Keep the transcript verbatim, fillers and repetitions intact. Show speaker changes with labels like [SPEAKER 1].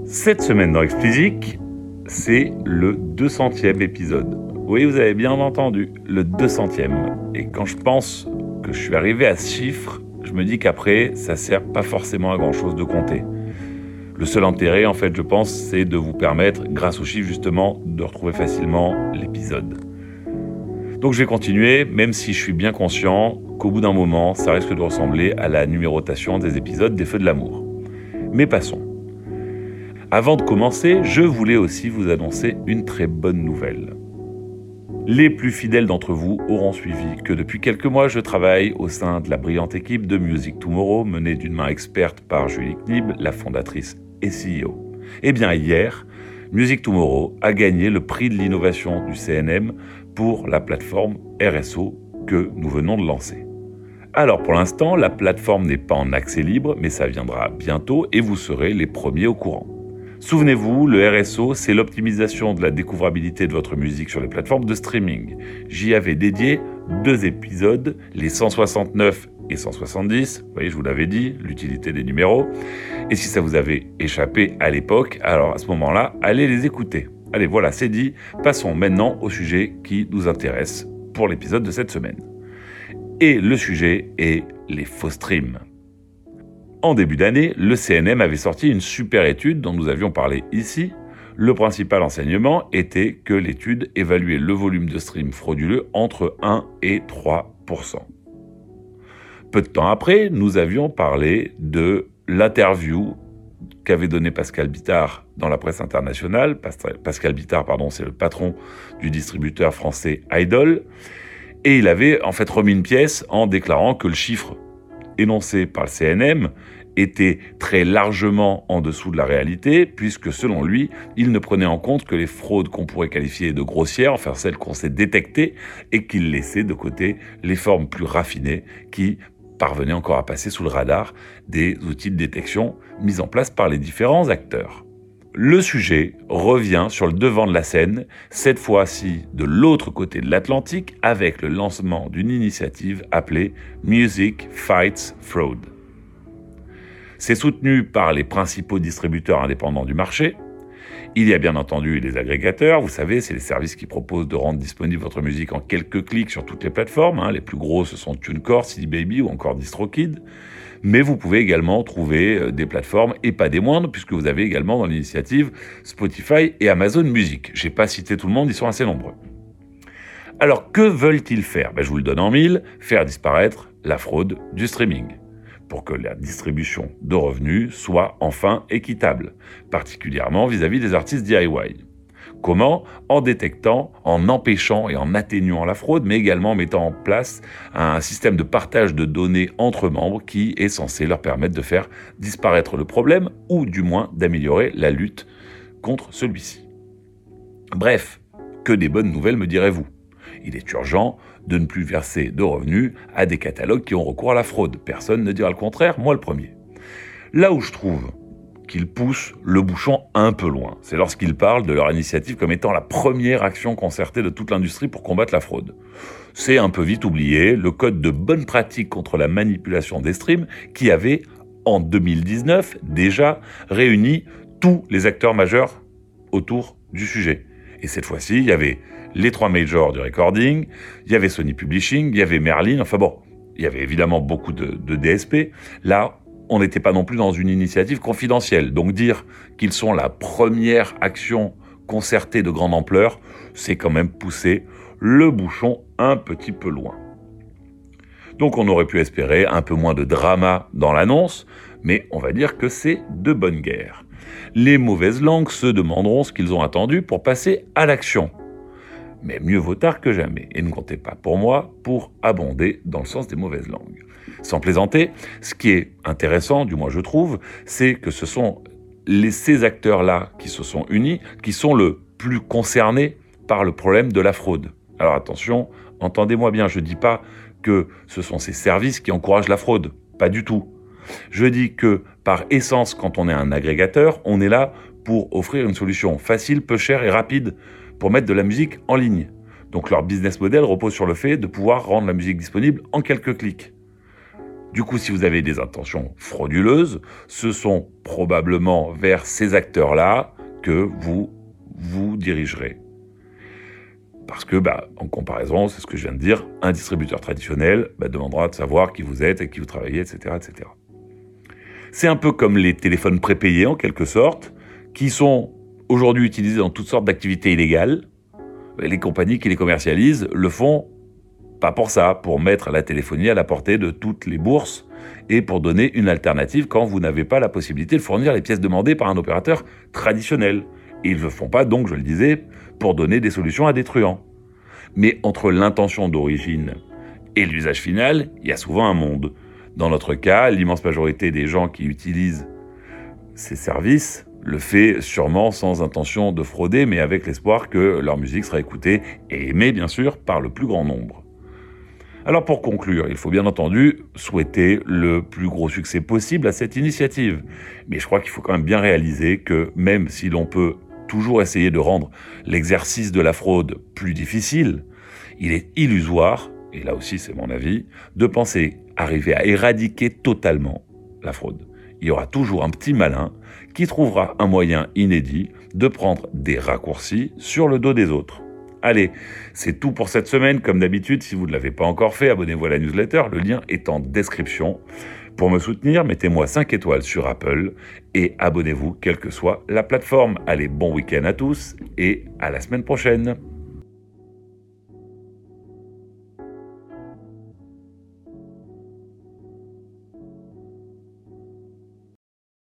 [SPEAKER 1] Cette semaine dans Explicit, c'est le deux centième épisode. Oui, vous avez bien entendu, le deux centième. Et quand je pense que je suis arrivé à ce chiffre, je me dis qu'après, ça sert pas forcément à grand-chose de compter. Le seul intérêt, en fait, je pense, c'est de vous permettre, grâce au chiffre justement, de retrouver facilement l'épisode. Donc je vais continuer, même si je suis bien conscient qu'au bout d'un moment, ça risque de ressembler à la numérotation des épisodes des Feux de l'amour. Mais passons. Avant de commencer, je voulais aussi vous annoncer une très bonne nouvelle. Les plus fidèles d'entre vous auront suivi que depuis quelques mois, je travaille au sein de la brillante équipe de Music Tomorrow, menée d'une main experte par Julie Knib, la fondatrice et C E O. Eh bien hier, Music Tomorrow a gagné le prix de l'innovation du C N M pour la plateforme R S O que nous venons de lancer. Alors pour l'instant, la plateforme n'est pas en accès libre, mais ça viendra bientôt et vous serez les premiers au courant. Souvenez-vous, le R S O, c'est l'optimisation de la découvrabilité de votre musique sur les plateformes de streaming. J'y avais dédié deux épisodes, les cent soixante-neuf et cent soixante-dix. Vous voyez, je vous l'avais dit, l'utilité des numéros. Et si ça vous avait échappé à l'époque, alors à ce moment-là, allez les écouter. Allez, voilà, c'est dit. Passons maintenant au sujet qui nous intéresse pour l'épisode de cette semaine. Et le sujet est les faux streams. En début d'année, le C N M avait sorti une super étude dont nous avions parlé ici. Le principal enseignement était que l'étude évaluait le volume de streams frauduleux entre un et trois pour cent. Peu de temps après, nous avions parlé de l'interview qu'avait donnée Pascal Bittard dans la presse internationale. Pascal Bittard, pardon, c'est le patron du distributeur français Idol. Et il avait en fait remis une pièce en déclarant que le chiffre énoncé par le C N M était très largement en dessous de la réalité, puisque selon lui, il ne prenait en compte que les fraudes qu'on pourrait qualifier de grossières, enfin celles qu'on sait détecter, et qu'il laissait de côté les formes plus raffinées qui parvenaient encore à passer sous le radar des outils de détection mis en place par les différents acteurs. Le sujet revient sur le devant de la scène, cette fois-ci de l'autre côté de l'Atlantique, avec le lancement d'une initiative appelée Music Fights Fraud. C'est soutenu par les principaux distributeurs indépendants du marché. Il y a bien entendu les agrégateurs, vous savez, c'est les services qui proposent de rendre disponible votre musique en quelques clics sur toutes les plateformes. Hein. Les plus gros, ce sont TuneCore, C D Baby ou encore DistroKid. Mais vous pouvez également trouver des plateformes, et pas des moindres, puisque vous avez également dans l'initiative Spotify et Amazon Music. Je n'ai pas cité tout le monde, ils sont assez nombreux. Alors, que veulent-ils faire ? Ben, je vous le donne en mille, faire disparaître la fraude du streaming, pour que la distribution de revenus soit enfin équitable, particulièrement vis-à-vis des artistes D I Y. Comment ? En détectant, en empêchant et en atténuant la fraude, mais également en mettant en place un système de partage de données entre membres qui est censé leur permettre de faire disparaître le problème ou du moins d'améliorer la lutte contre celui-ci. Bref, que des bonnes nouvelles me direz-vous. Il est urgent de ne plus verser de revenus à des catalogues qui ont recours à la fraude. Personne ne dira le contraire, moi le premier. Là où je trouve qu'ils poussent le bouchon un peu loin, c'est lorsqu'ils parlent de leur initiative comme étant la première action concertée de toute l'industrie pour combattre la fraude. C'est un peu vite oublié le code de bonne pratique contre la manipulation des streams qui avait, en deux mille dix-neuf, déjà réuni tous les acteurs majeurs autour du sujet. Et cette fois-ci, il y avait les trois majors du recording, il y avait Sony Publishing, il y avait Merlin, enfin bon, il y avait évidemment beaucoup de, de D S P. Là, on n'était pas non plus dans une initiative confidentielle. Donc dire qu'ils sont la première action concertée de grande ampleur, c'est quand même pousser le bouchon un petit peu loin. Donc on aurait pu espérer un peu moins de drama dans l'annonce, mais on va dire que c'est de bonne guerre. Les mauvaises langues se demanderont ce qu'ils ont attendu pour passer à l'action. Mais mieux vaut tard que jamais, et ne comptez pas pour moi pour abonder dans le sens des mauvaises langues. Sans plaisanter, ce qui est intéressant, du moins je trouve, c'est que ce sont les, ces acteurs-là qui se sont unis, qui sont le plus concernés par le problème de la fraude. Alors attention, entendez-moi bien, je ne dis pas que ce sont ces services qui encouragent la fraude, pas du tout. Je dis que, par essence, quand on est un agrégateur, on est là pour offrir une solution facile, peu chère et rapide pour mettre de la musique en ligne. Donc leur business model repose sur le fait de pouvoir rendre la musique disponible en quelques clics. Du coup, si vous avez des intentions frauduleuses, ce sont probablement vers ces acteurs-là que vous vous dirigerez. Parce que, bah, en comparaison, c'est ce que je viens de dire, un distributeur traditionnel bah, demandera de savoir qui vous êtes, avec qui vous travaillez, et cetera, et cetera. C'est un peu comme les téléphones prépayés, en quelque sorte, qui sont aujourd'hui utilisés dans toutes sortes d'activités illégales. Les compagnies qui les commercialisent le font pas pour ça, pour mettre la téléphonie à la portée de toutes les bourses et pour donner une alternative quand vous n'avez pas la possibilité de fournir les pièces demandées par un opérateur traditionnel. Et ils ne le font pas, donc, je le disais, pour donner des solutions à des truands. Mais entre l'intention d'origine et l'usage final, il y a souvent un monde. Dans notre cas, l'immense majorité des gens qui utilisent ces services le fait sûrement sans intention de frauder, mais avec l'espoir que leur musique sera écoutée et aimée, bien sûr, par le plus grand nombre. Alors pour conclure, il faut bien entendu souhaiter le plus gros succès possible à cette initiative. Mais je crois qu'il faut quand même bien réaliser que même si l'on peut toujours essayer de rendre l'exercice de la fraude plus difficile, il est illusoire, et là aussi c'est mon avis, de penser arriver à éradiquer totalement la fraude. Il y aura toujours un petit malin qui trouvera un moyen inédit de prendre des raccourcis sur le dos des autres. Allez, c'est tout pour cette semaine. Comme d'habitude, si vous ne l'avez pas encore fait, abonnez-vous à la newsletter. Le lien est en description. Pour me soutenir, mettez-moi cinq étoiles sur Apple et abonnez-vous, quelle que soit la plateforme. Allez, bon week-end à tous et à la semaine prochaine.